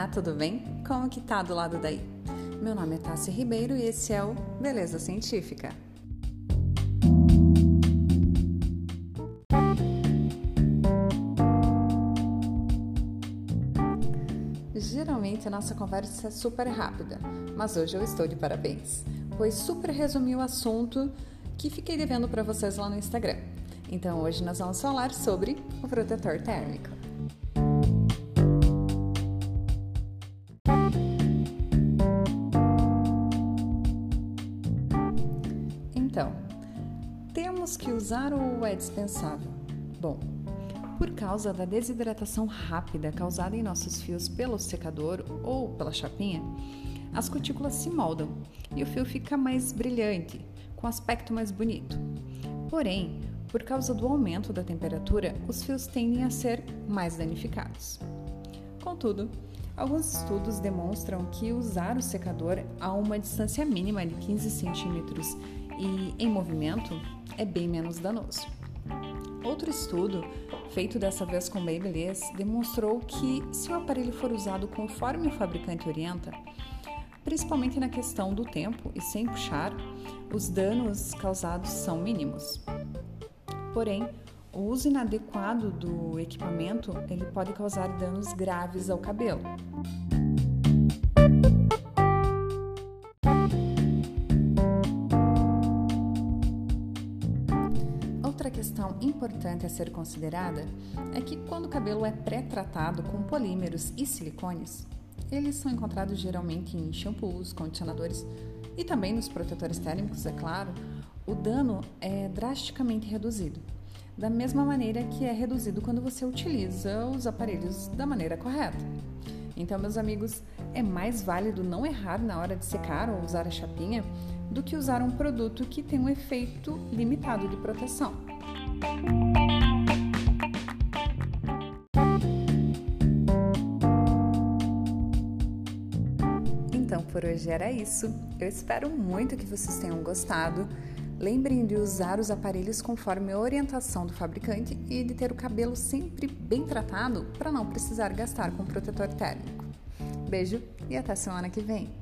Olá, tudo bem? Como que tá do lado daí? Meu nome é Tássia Ribeiro e esse é o Beleza Científica. Geralmente a nossa conversa é super rápida, mas hoje eu estou de parabéns, pois super resumi o assunto que fiquei devendo para vocês lá no Instagram. Então hoje nós vamos falar sobre o protetor térmico. Então, temos que usar ou é dispensável? Bom, por causa da desidratação rápida causada em nossos fios pelo secador ou pela chapinha, as cutículas se moldam e o fio fica mais brilhante, com aspecto mais bonito. Porém, por causa do aumento da temperatura, os fios tendem a ser mais danificados. Contudo, alguns estudos demonstram que usar o secador a uma distância mínima de 15 centímetros e em movimento é bem menos danoso. Outro estudo, feito dessa vez com Babyliss, demonstrou que se o aparelho for usado conforme o fabricante orienta, principalmente na questão do tempo e sem puxar, os danos causados são mínimos. Porém, o uso inadequado do equipamento ele pode causar danos graves ao cabelo. Outra questão importante a ser considerada é que quando o cabelo é pré-tratado com polímeros e silicones, eles são encontrados geralmente em shampoos, condicionadores e também nos protetores térmicos, é claro, o dano é drasticamente reduzido, da mesma maneira que é reduzido quando você utiliza os aparelhos da maneira correta. Então, meus amigos, é mais válido não errar na hora de secar ou usar a chapinha do que usar um produto que tem um efeito limitado de proteção. Então, por hoje era isso. Eu espero muito que vocês tenham gostado. Lembrem de usar os aparelhos conforme a orientação do fabricante e de ter o cabelo sempre bem tratado para não precisar gastar com protetor térmico. Beijo e até semana que vem!